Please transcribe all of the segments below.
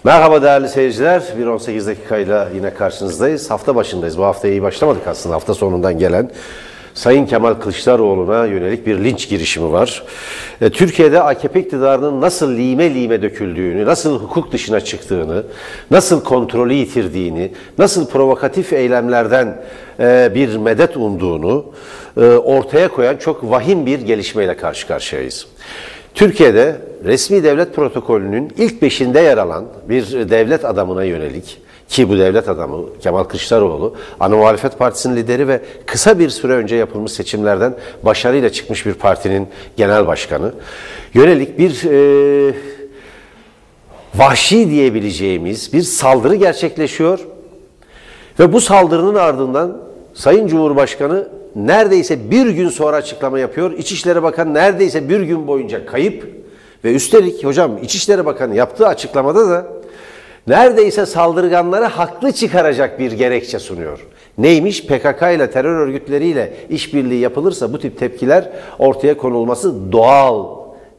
Merhaba değerli seyirciler. 1.18 dakikayla yine karşınızdayız. Hafta başındayız. Bu hafta iyi başlamadık aslında. Hafta sonundan gelen Sayın Kemal Kılıçdaroğlu'na yönelik bir linç girişimi var. Türkiye'de AKP iktidarının nasıl lime lime döküldüğünü, nasıl hukuk dışına çıktığını, nasıl kontrolü yitirdiğini, nasıl provokatif eylemlerden bir medet umduğunu ortaya koyan çok vahim bir gelişmeyle karşı karşıyayız. Türkiye'de resmi devlet protokolünün ilk beşinde yer alan bir devlet adamına yönelik, ki bu devlet adamı Kemal Kılıçdaroğlu, ana muhalefet partisinin lideri ve kısa bir süre önce yapılmış seçimlerden başarıyla çıkmış bir partinin genel başkanı, yönelik bir vahşi diyebileceğimiz bir saldırı gerçekleşiyor ve bu saldırının ardından Sayın Cumhurbaşkanı neredeyse bir gün sonra açıklama yapıyor. İçişleri Bakanı neredeyse bir gün boyunca kayıp ve üstelik hocam İçişleri Bakanı yaptığı açıklamada da neredeyse saldırganları haklı çıkaracak bir gerekçe sunuyor. Neymiş? PKK ile terör örgütleriyle işbirliği yapılırsa bu tip tepkiler ortaya konulması doğal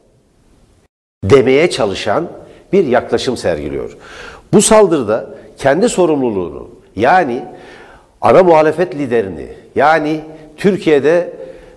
demeye çalışan bir yaklaşım sergiliyor. Bu saldırıda kendi sorumluluğunu, yani ana muhalefet liderini, yani Türkiye'de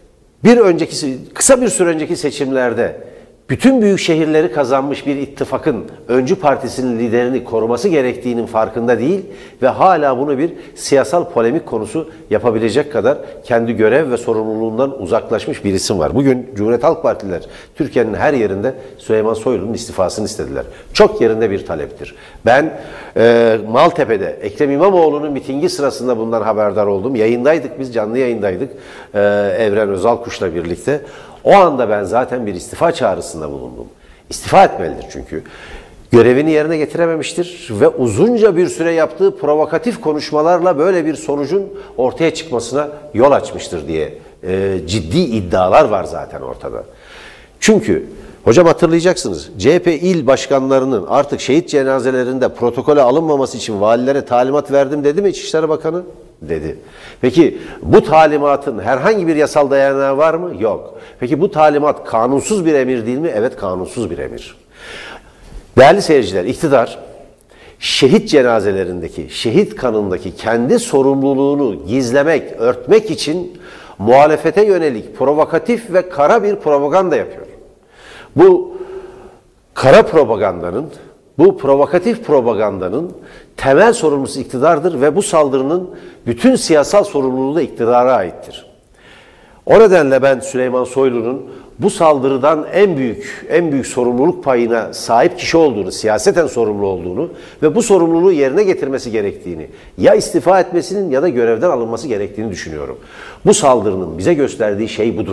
kısa bir süre önceki seçimlerde bütün büyük şehirleri kazanmış bir ittifakın öncü partisinin liderini koruması gerektiğinin farkında değil ve hala bunu bir siyasal polemik konusu yapabilecek kadar kendi görev ve sorumluluğundan uzaklaşmış bir isim var. Bugün Cumhuriyet Halk Partiler Türkiye'nin her yerinde Süleyman Soylu'nun istifasını istediler. Çok yerinde bir taleptir. Ben Maltepe'de Ekrem İmamoğlu'nun mitingi sırasında bundan haberdar oldum. Yayındaydık, biz canlı yayındaydık Evren Özalkuş'la birlikte. O anda ben zaten bir istifa çağrısında bulundum. İstifa etmelidir çünkü. Görevini yerine getirememiştir ve uzunca bir süre yaptığı provokatif konuşmalarla böyle bir sonucun ortaya çıkmasına yol açmıştır diye ciddi iddialar var zaten ortada. Çünkü hocam hatırlayacaksınız, CHP il başkanlarının artık şehit cenazelerinde protokole alınmaması için valilere talimat verdim dedi mi İçişleri Bakanı? Dedi. Peki bu talimatın herhangi bir yasal dayanağı var mı? Yok. Peki bu talimat kanunsuz bir emir değil mi? Evet, kanunsuz bir emir. Değerli seyirciler, iktidar şehit cenazelerindeki, şehit kanındaki kendi sorumluluğunu gizlemek, örtmek için muhalefete yönelik provokatif ve kara bir propaganda yapıyor. Bu kara propagandanın, bu provokatif propagandanın temel sorumlusu iktidardır ve bu saldırının bütün siyasal sorumluluğu da iktidara aittir. O nedenle ben Süleyman Soylu'nun bu saldırıdan en büyük sorumluluk payına sahip kişi olduğunu, siyaseten sorumlu olduğunu ve bu sorumluluğu yerine getirmesi gerektiğini, ya istifa etmesinin ya da görevden alınması gerektiğini düşünüyorum. Bu saldırının bize gösterdiği şey budur.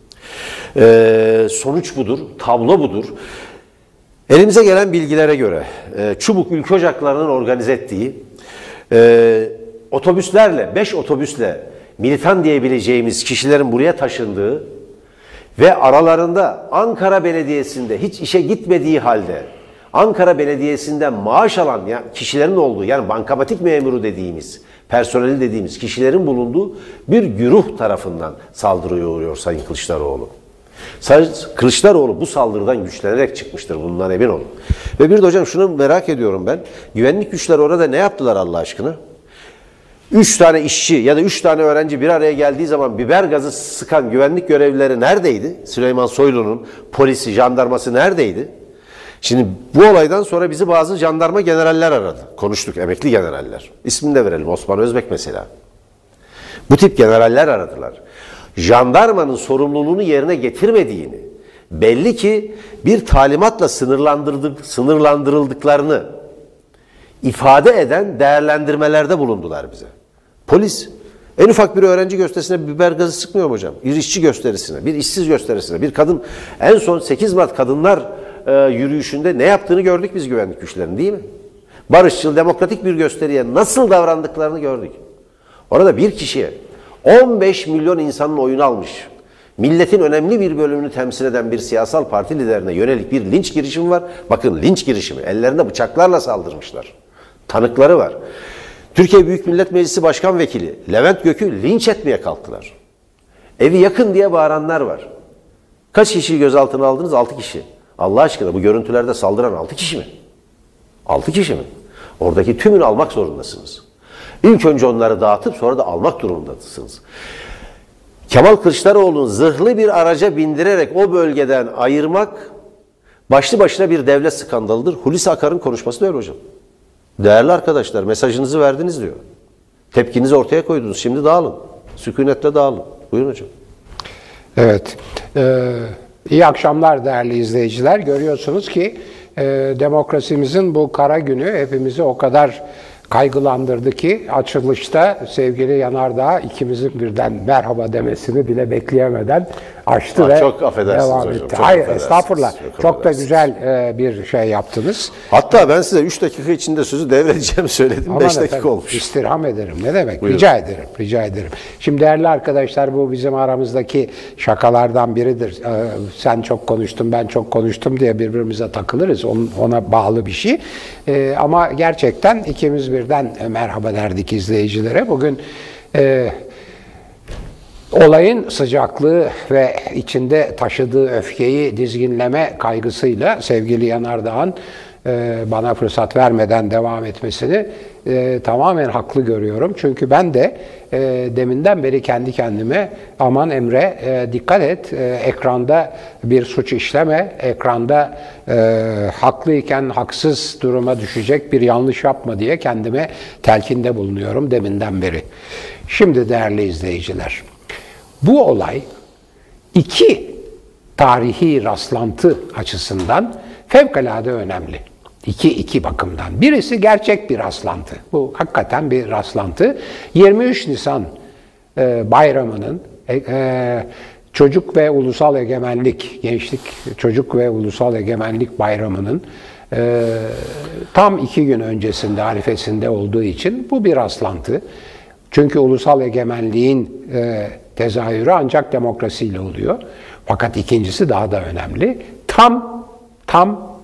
Sonuç budur, tablo budur. Elimize gelen bilgilere göre Çubuk Ülke Ocakları'nın organize ettiği otobüslerle, 5 otobüsle militan diyebileceğimiz kişilerin buraya taşındığı ve aralarında Ankara Belediyesi'nde hiç işe gitmediği halde Ankara Belediyesi'nden maaş alan kişilerin olduğu, yani bankamatik memuru dediğimiz, personeli dediğimiz kişilerin bulunduğu bir güruh tarafından saldırıya uğruyor Sayın Kılıçdaroğlu. Kılıçdaroğlu bu saldırıdan güçlenerek çıkmıştır, bundan emin olun. Ve bir de hocam şunu merak ediyorum ben. Güvenlik güçleri orada ne yaptılar Allah aşkına? 3 tane işçi ya da 3 tane öğrenci bir araya geldiği zaman biber gazı sıkan güvenlik görevlileri neredeydi? Süleyman Soylu'nun polisi, jandarması neredeydi? Şimdi bu olaydan sonra bizi bazı jandarma generaller aradı. Konuştuk, emekli generaller. İsmini de verelim, Osman Özbek mesela. Bu tip generaller aradılar. Jandarmanın sorumluluğunu yerine getirmediğini, belli ki bir talimatla sınırlandırıldıklarını ifade eden değerlendirmelerde bulundular bize. Polis en ufak bir öğrenci gösterisine biber gazı sıkmıyor mu hocam? Bir işçi gösterisine, bir işsiz gösterisine, bir kadın, en son 8 Mart kadınlar yürüyüşünde ne yaptığını gördük biz güvenlik güçlerinin, değil mi? Barışçıl, demokratik bir gösteriye nasıl davrandıklarını gördük. Orada bir kişiye 15 milyon insanın oyunu almış, milletin önemli bir bölümünü temsil eden bir siyasal parti liderine yönelik bir linç girişimi var. Bakın, linç girişimi. Ellerinde bıçaklarla saldırmışlar. Tanıkları var. Türkiye Büyük Millet Meclisi Başkan Vekili Levent Gök'ü linç etmeye kalktılar. Evi yakın diye bağıranlar var. Kaç kişiyi gözaltına aldınız? 6 kişi. Allah aşkına bu görüntülerde saldıran 6 kişi mi? 6 kişi mi? Oradaki tümünü almak zorundasınız. İlk önce onları dağıtıp sonra da almak durumundasınız. Kemal Kılıçdaroğlu'nu zırhlı bir araca bindirerek o bölgeden ayırmak başlı başına bir devlet skandalıdır. Hulusi Akar'ın konuşması da öyle hocam. Değerli arkadaşlar, mesajınızı verdiniz diyor. Tepkinizi ortaya koydunuz. Şimdi dağılın. Sükunetle dağılın. Buyurun hocam. Evet. İyi akşamlar değerli izleyiciler. Görüyorsunuz ki demokrasimizin bu kara günü hepimizi o kadar kaygılandırdı ki açılışta sevgili Yanardağ ikimizin birden merhaba demesini bile bekleyemeden açtı ve çok affedersiniz devam hocam, etti. çok Hayır, affedersiniz, estağfurullah. Çok da affedersiniz. güzel bir şey yaptınız. Hatta ben size 3 dakika içinde sözü devredeceğimi söyledim. 5 dakika efendim, olmuş. İstirham ederim. Ne demek? Buyurun. Rica ederim. Rica ederim. Şimdi değerli arkadaşlar, bu bizim aramızdaki şakalardan biridir. Sen çok konuştun, ben çok konuştum diye birbirimize takılırız. Ona bağlı bir şey. Ama gerçekten ikimiz birden merhaba derdik izleyicilere. Bugün olayın sıcaklığı ve içinde taşıdığı öfkeyi dizginleme kaygısıyla sevgili Yanardağ'ın bana fırsat vermeden devam etmesini tamamen haklı görüyorum. Çünkü ben de deminden beri kendi kendime aman Emre dikkat et, ekranda bir suç işleme, ekranda haklıyken haksız duruma düşecek bir yanlış yapma diye kendime telkinde bulunuyorum deminden beri. Şimdi değerli izleyiciler, bu olay iki tarihi rastlantı açısından fevkalade önemli. İki bakımdan. Birisi gerçek bir rastlantı. Bu hakikaten bir rastlantı. 23 Nisan bayramının Çocuk ve Ulusal Egemenlik, Gençlik Çocuk ve Ulusal Egemenlik Bayramı'nın tam 2 gün öncesinde, arifesinde olduğu için bu bir rastlantı. Çünkü ulusal egemenliğin tezahürü ancak demokrasiyle oluyor. Fakat ikincisi daha da önemli. Tam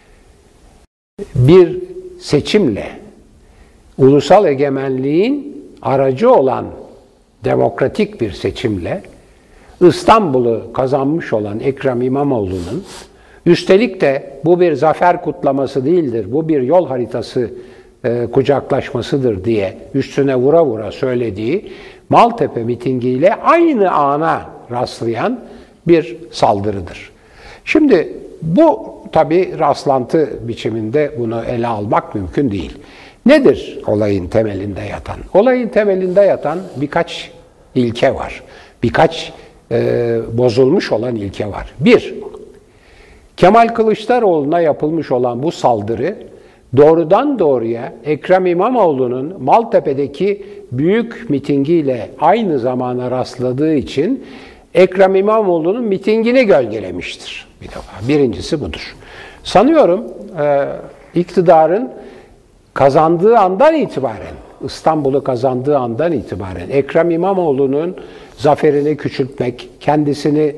bir seçimle ulusal egemenliğin aracı olan demokratik bir seçimle İstanbul'u kazanmış olan Ekrem İmamoğlu'nun üstelik de bu bir zafer kutlaması değildir, bu bir yol haritası kucaklaşmasıdır diye üstüne vura vura söylediği Maltepe mitingiyle aynı ana rastlayan bir saldırıdır. Şimdi bu tabii rastlantı biçiminde bunu ele almak mümkün değil. Nedir olayın temelinde yatan? Olayın temelinde yatan birkaç ilke var. Birkaç bozulmuş olan ilke var. Bir, Kemal Kılıçdaroğlu'na yapılmış olan bu saldırı doğrudan doğruya Ekrem İmamoğlu'nun Maltepe'deki büyük mitingiyle aynı zamana rastladığı için Ekrem İmamoğlu'nun mitingini gölgelemiştir. Bir defa. Birincisi budur. Sanıyorum iktidarın kazandığı andan itibaren, İstanbul'u kazandığı andan itibaren Ekrem İmamoğlu'nun zaferini küçültmek, kendisini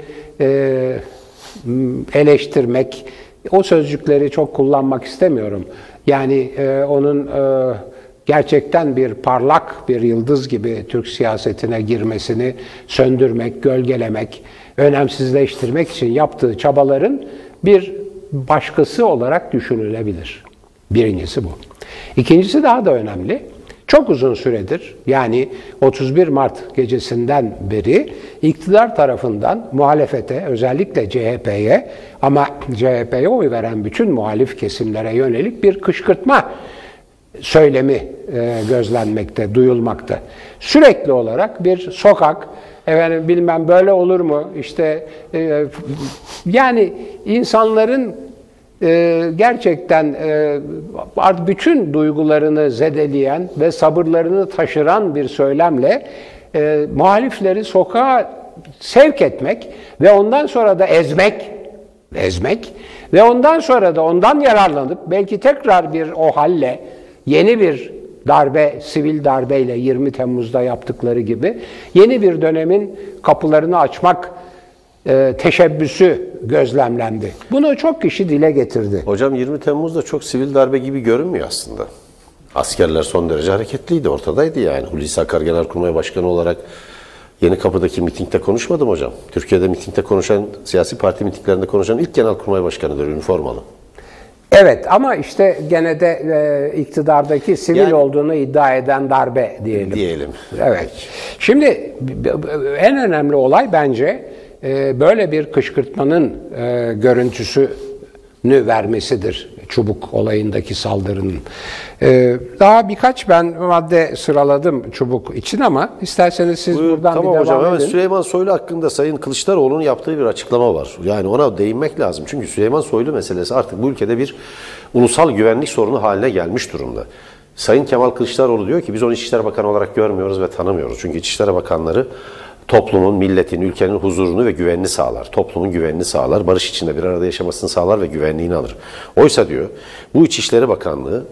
eleştirmek, o sözcükleri çok kullanmak istemiyorum. Yani onun gerçekten bir parlak bir yıldız gibi Türk siyasetine girmesini söndürmek, gölgelemek, önemsizleştirmek için yaptığı çabaların bir başkası olarak düşünülebilir. Birincisi bu. İkincisi daha da önemli. Çok uzun süredir, yani 31 Mart gecesinden beri iktidar tarafından muhalefete, özellikle CHP'ye ama CHP'ye oy veren bütün muhalif kesimlere yönelik bir kışkırtma söylemi gözlenmekte, duyulmakta. Sürekli olarak bir sokak, efendim bilmem böyle olur mu, işte yani insanların gerçekten bütün duygularını zedeleyen ve sabırlarını taşıran bir söylemle muhalifleri sokağa sevk etmek ve ondan sonra da ezmek ve ondan sonra da ondan yararlanıp belki tekrar bir o halle yeni bir darbe, sivil darbeyle 20 Temmuz'da yaptıkları gibi yeni bir dönemin kapılarını açmak teşebbüsü gözlemlendi. Bunu çok kişi dile getirdi. Hocam 20 Temmuz'da çok sivil darbe gibi görünmüyor aslında. Askerler son derece hareketliydi, ortadaydı yani. Hulusi Akar Genelkurmay Başkanı olarak Yenikapı'daki mitingde konuşmadım hocam. Türkiye'de mitingde konuşan, siyasi parti mitinglerinde konuşan ilk Genelkurmay Başkanı'dır, üniformalı. Evet, ama işte gene de iktidardaki sivil Yani- olduğunu iddia eden darbe diyelim. Diyelim. Evet. Şimdi en önemli olay bence böyle bir kışkırtmanın görüntüsünü vermesidir. Çubuk olayındaki saldırının. Daha birkaç ben madde sıraladım Çubuk için ama isterseniz siz buradan Tamam bir hocam, devam hemen edin. Süleyman Soylu hakkında Sayın Kılıçdaroğlu'nun yaptığı bir açıklama var. Yani ona değinmek lazım. Çünkü Süleyman Soylu meselesi artık bu ülkede bir ulusal güvenlik sorunu haline gelmiş durumda. Sayın Kemal Kılıçdaroğlu diyor ki biz onu İçişleri Bakanı olarak görmüyoruz ve tanımıyoruz. Çünkü İçişleri Bakanları toplumun, milletin, ülkenin huzurunu ve güvenini sağlar. Toplumun güvenini sağlar, barış içinde bir arada yaşamasını sağlar ve güvenliğini alır. Oysa diyor bu İçişleri Bakanlığı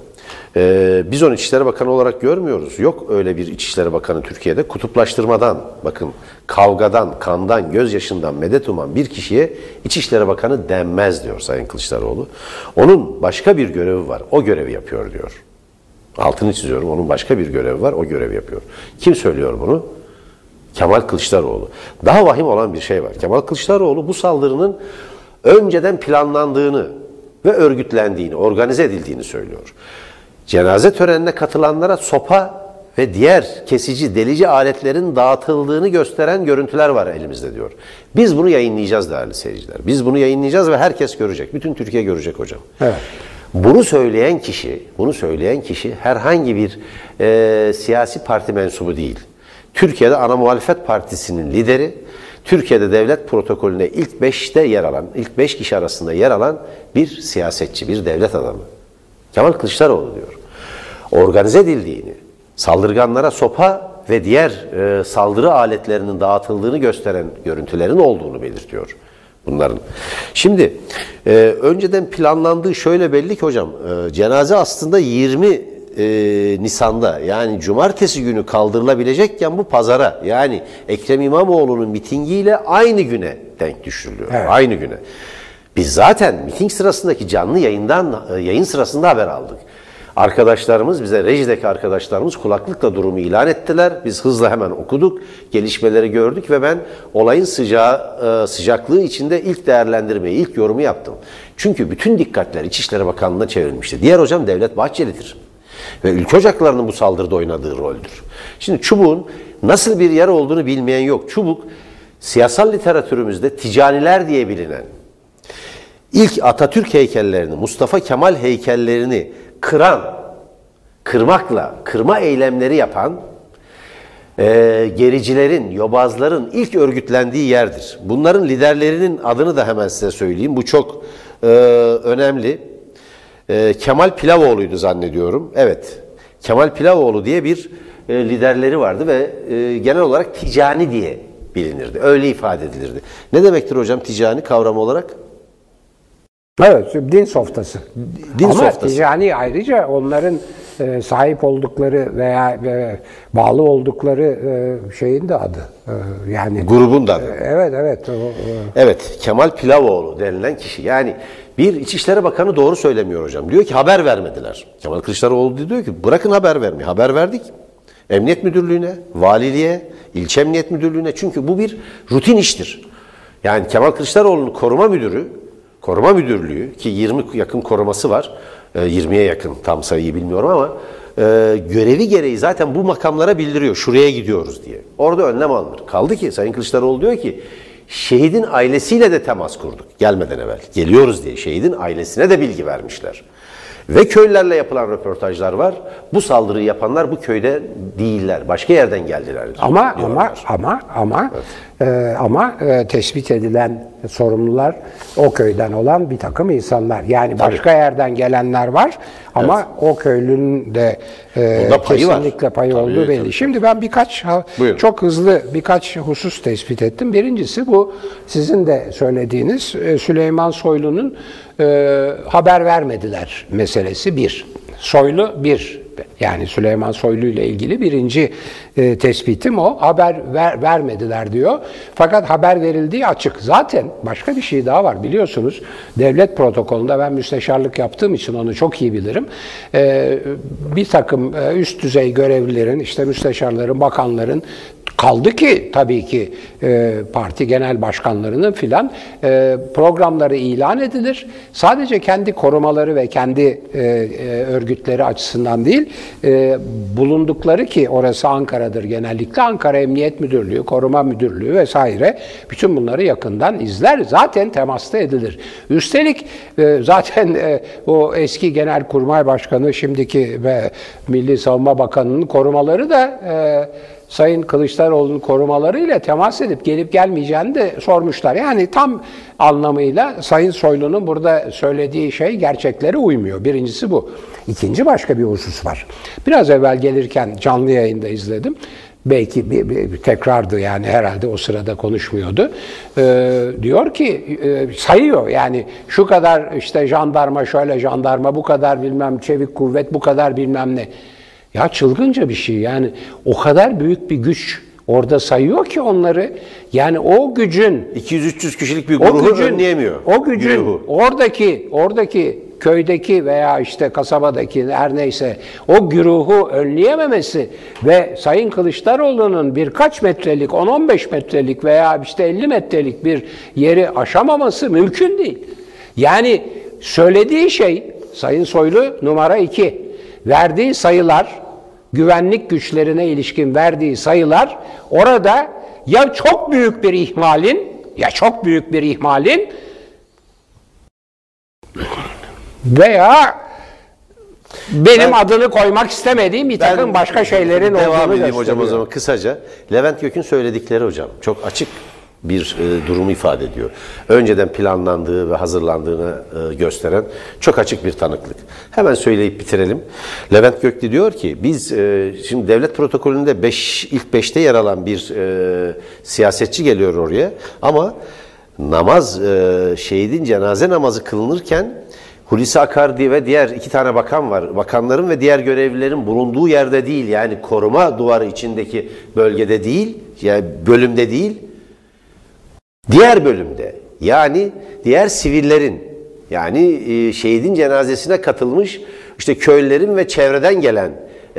biz onu İçişleri Bakanı olarak görmüyoruz. Yok öyle bir İçişleri Bakanı Türkiye'de. Kutuplaştırmadan, bakın kavgadan, kandan, gözyaşından medet uman bir kişiye İçişleri Bakanı denmez diyor Sayın Kılıçdaroğlu. Onun başka bir görevi var. O görevi yapıyor diyor. Altını çiziyorum. Onun başka bir görevi var. O görevi yapıyor. Kim söylüyor bunu? Kemal Kılıçdaroğlu. Daha vahim olan bir şey var. Kemal Kılıçdaroğlu bu saldırının önceden planlandığını ve örgütlendiğini, organize edildiğini söylüyor. Cenaze törenine katılanlara sopa ve diğer kesici, delici aletlerin dağıtıldığını gösteren görüntüler var elimizde diyor. Biz bunu yayınlayacağız değerli seyirciler. Biz bunu yayınlayacağız ve herkes görecek. Bütün Türkiye görecek hocam. Evet. Bunu söyleyen kişi herhangi bir siyasi parti mensubu değil. Türkiye'de ana muhalefet partisinin lideri, Türkiye'de devlet protokolüne ilk 5'te yer alan, ilk 5 kişi arasında yer alan bir siyasetçi, bir devlet adamı. Kemal Kılıçdaroğlu diyor. Organize edildiğini, saldırganlara sopa ve diğer saldırı aletlerinin dağıtıldığını gösteren görüntülerin olduğunu belirtiyor bunların. Şimdi önceden planlandığı şöyle belli ki hocam, cenaze aslında 20 Nisan'da yani cumartesi günü kaldırılabilecekken bu pazara yani Ekrem İmamoğlu'nun mitingiyle aynı güne denk düşürülüyor. Evet. Aynı güne. Biz zaten miting sırasındaki canlı yayın sırasında haber aldık. Arkadaşlarımız bize, rejideki arkadaşlarımız kulaklıkla durumu ilan ettiler. Biz hızla hemen okuduk, gelişmeleri gördük ve ben olayın sıcaklığı içinde ilk değerlendirmeyi, ilk yorumu yaptım. Çünkü bütün dikkatler İçişleri Bakanlığı'na çevrilmişti. Diğer hocam Devlet Bahçeli'dir. Ve ülke ocaklarının bu saldırıda oynadığı roldür. Şimdi Çubuk'un nasıl bir yer olduğunu bilmeyen yok. Çubuk, siyasal literatürümüzde Ticaniler diye bilinen, ilk Atatürk heykellerini, Mustafa Kemal heykellerini kırma eylemleri yapan gericilerin, yobazların ilk örgütlendiği yerdir. Bunların liderlerinin adını da hemen size söyleyeyim. Bu çok önemli. Kemal Pilavoğlu'ydu zannediyorum. Evet, Kemal Pilavoğlu diye bir liderleri vardı ve genel olarak Ticani diye bilinirdi. Öyle ifade edilirdi. Ne demektir hocam Ticani kavramı olarak? Evet, din softası. Din Ama softası. Ticani ayrıca onların sahip oldukları veya bağlı oldukları şeyin de adı. Yani Grubun da adı. Evet. Evet, Kemal Pilavoğlu denilen kişi. Yani bir İçişleri Bakanı doğru söylemiyor hocam. Diyor ki haber vermediler. Kemal Kılıçdaroğlu diyor ki bırakın haber vermeyi. Haber verdik. Emniyet Müdürlüğü'ne, valiliğe, ilçe Emniyet Müdürlüğü'ne. Çünkü bu bir rutin iştir. Yani Kemal Kılıçdaroğlu'nun koruma müdürlüğü ki 20 yakın koruması var. 20'ye yakın tam sayıyı bilmiyorum ama görevi gereği zaten bu makamlara bildiriyor. Şuraya gidiyoruz diye. Orada önlem alınır. Kaldı ki Sayın Kılıçdaroğlu diyor ki şehidin ailesiyle de temas kurduk gelmeden evvel. Geliyoruz diye şehidin ailesine de bilgi vermişler. Ve köylülerle yapılan röportajlar var. Bu saldırıyı yapanlar bu köyde değiller. Başka yerden geldiler. Ama tespit edilen sorumlular o köyden olan bir takım insanlar. Yani başka yerden gelenler var ama o köylünün de kesinlikle payı olduğu belli. Şimdi ben çok hızlı birkaç husus tespit ettim. Birincisi bu sizin de söylediğiniz Süleyman Soylu'nun haber vermediler meselesi bir. Soylu bir. Yani Süleyman Soylu ile ilgili birinci tespitim o. Haber vermediler diyor. Fakat haber verildiği açık. Zaten başka bir şey daha var biliyorsunuz. Devlet protokolünde, ben müsteşarlık yaptığım için onu çok iyi bilirim. Bir takım üst düzey görevlilerin, işte müsteşarların, bakanların, kaldı ki tabii ki parti genel başkanlarının filan programları ilan edilir. Sadece kendi korumaları ve kendi örgütleri açısından değil, bulundukları, ki orası Ankara'dır genellikle, Ankara Emniyet Müdürlüğü, Koruma Müdürlüğü vesaire, bütün bunları yakından izler. Zaten temasta edilir. Üstelik zaten o eski Genelkurmay Başkanı, şimdiki ve Milli Savunma Bakanı'nın korumaları da Sayın Kılıçdaroğlu'nun korumalarıyla temas edip gelip gelmeyeceğini de sormuşlar. Yani tam anlamıyla Sayın Soylu'nun burada söylediği şey gerçeklere uymuyor. Birincisi bu. İkinci başka bir husus var. Biraz evvel gelirken canlı yayında izledim. Belki bir tekrardı, yani herhalde o sırada konuşmuyordu. Diyor ki sayıyor, yani şu kadar işte jandarma, şöyle jandarma, bu kadar bilmem çevik kuvvet, bu kadar bilmem ne. Ya çılgınca bir şey, yani o kadar büyük bir güç orada sayıyor ki onları, yani o gücün 200-300 kişilik bir grubu önleyemiyor. O gücün oradaki köydeki veya işte kasabadaki her neyse o güruhu önleyememesi ve Sayın Kılıçdaroğlu'nun birkaç metrelik, 10-15 metrelik veya işte 50 metrelik bir yeri aşamaması mümkün değil. Yani söylediği şey, Sayın Soylu numara 2, verdiği sayılar, güvenlik güçlerine ilişkin verdiği sayılar orada ya çok büyük bir ihmalin veya benim adını koymak istemediğim bir takım başka şeylerin olduğunu devam edeyim gösteriyor. hocam o zaman kısaca. Levent Gök'ün söyledikleri hocam çok açık bir durumu ifade ediyor. Önceden planlandığı ve hazırlandığını gösteren çok açık bir tanıklık. Hemen söyleyip bitirelim. Levent Gökli diyor ki biz şimdi devlet protokolünde ilk 5'te yer alan bir siyasetçi geliyor oraya ama namaz şehidin cenaze namazı kılınırken Hulusi Akar ve diğer 2 tane bakan var. Bakanların ve diğer görevlilerin bulunduğu yerde değil, yani koruma duvarı içindeki bölgede değil, yani bölümde değil, diğer bölümde, yani diğer sivillerin, yani şehidin cenazesine katılmış işte köylülerin ve çevreden gelen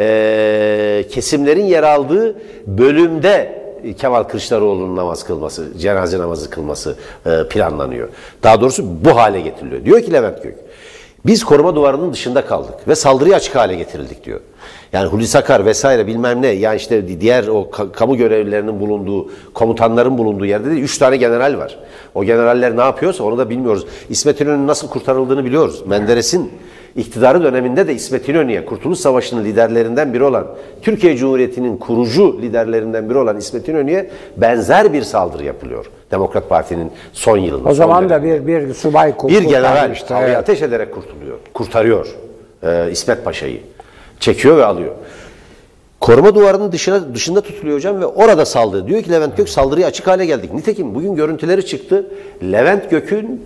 kesimlerin yer aldığı bölümde Kemal Kılıçdaroğlu'nun namaz kılması, cenaze namazı kılması planlanıyor. Daha doğrusu bu hale getiriliyor. Diyor ki Levent Gök, biz koruma duvarının dışında kaldık ve saldırıya açık hale getirildik diyor. Yani Hulusi Akar vesaire bilmem ne, yani işte diğer o kamu görevlilerinin bulunduğu, komutanların bulunduğu yerde de 3 tane general var. O generaller ne yapıyorsa onu da bilmiyoruz. İsmet İnönü'nün nasıl kurtarıldığını biliyoruz. Menderes'in iktidarı döneminde de İsmet İnönü'ye, Kurtuluş Savaşı'nın liderlerinden biri olan, Türkiye Cumhuriyeti'nin kurucu liderlerinden biri olan İsmet İnönü'ye benzer bir saldırı yapılıyor. Demokrat Parti'nin son yılında. O zaman da bir subay bir general ateş ederek kurtarıyor İsmet Paşa'yı. Çekiyor ve alıyor. Koruma duvarının dışında tutuluyor hocam ve orada saldırı. Diyor ki Levent Gök, saldırıya açık hale geldik. Nitekim bugün görüntüleri çıktı. Levent Gök'ün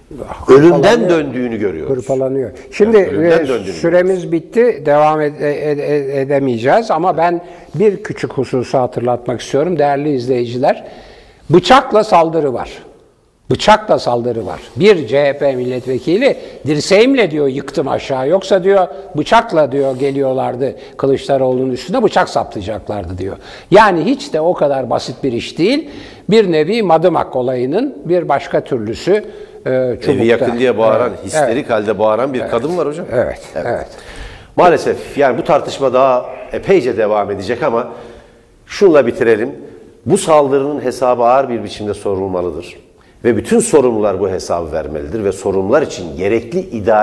ölümden döndüğünü görüyoruz. Hırpalanıyor. Şimdi süremiz bitti. Devam edemeyeceğiz ama ben bir küçük hususu hatırlatmak istiyorum değerli izleyiciler. Bıçakla saldırı var. Bıçakla saldırı var. Bir CHP milletvekili dirseğimle diyor yıktım aşağı. Yoksa diyor bıçakla diyor geliyorlardı Kılıçdaroğlu'nun üstüne, bıçak saplayacaklardı diyor. Yani hiç de o kadar basit bir iş değil. Bir nevi Madımak olayının bir başka türlüsü. Çubuk'ta. Evi yakın diye bağıran, histerik halde bağıran bir kadın var hocam. Evet. Maalesef yani bu tartışma daha epeyce devam edecek ama şunla bitirelim. Bu saldırının hesabı ağır bir biçimde sorulmalıdır. Ve bütün sorumlular bu hesabı vermelidir ve sorumlular için gerekli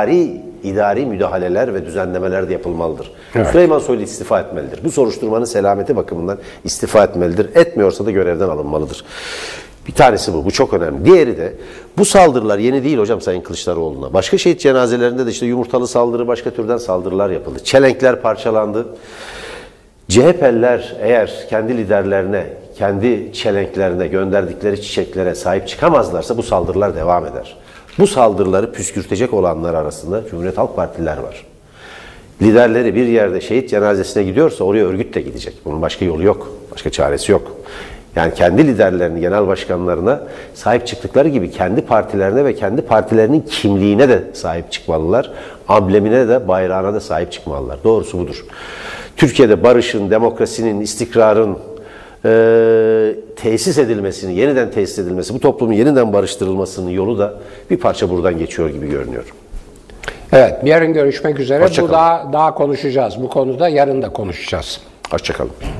idari müdahaleler ve düzenlemeler de yapılmalıdır. Evet. Süleyman Soylu istifa etmelidir. Bu soruşturmanın selameti bakımından istifa etmelidir. Etmiyorsa da görevden alınmalıdır. Bir tanesi bu. Bu çok önemli. Diğeri de bu saldırılar yeni değil hocam Sayın Kılıçdaroğlu'na. Başka şehit cenazelerinde de işte yumurtalı saldırı, başka türden saldırılar yapıldı. Çelenkler parçalandı. CHP'liler eğer kendi liderlerine, kendi çelenklerine, gönderdikleri çiçeklere sahip çıkamazlarsa bu saldırılar devam eder. Bu saldırıları püskürtecek olanlar arasında Cumhuriyet Halk Partililer var. liderleri bir yerde şehit cenazesine gidiyorsa oraya örgüt de gidecek. Bunun başka yolu yok. Başka çaresi yok. Yani kendi liderlerini, genel başkanlarına sahip çıktıkları gibi kendi partilerine ve kendi partilerinin kimliğine de sahip çıkmalılar. Amblemine de, bayrağına da sahip çıkmalılar. Doğrusu budur. Türkiye'de barışın, demokrasinin, istikrarın tesis edilmesini, yeniden tesis edilmesi, bu toplumun yeniden barıştırılmasının yolu da bir parça buradan geçiyor gibi görünüyor. Evet, yarın görüşmek üzere. Hoşça Bu kalın. daha konuşacağız. Bu konuda yarın da konuşacağız. Hoşça kalın.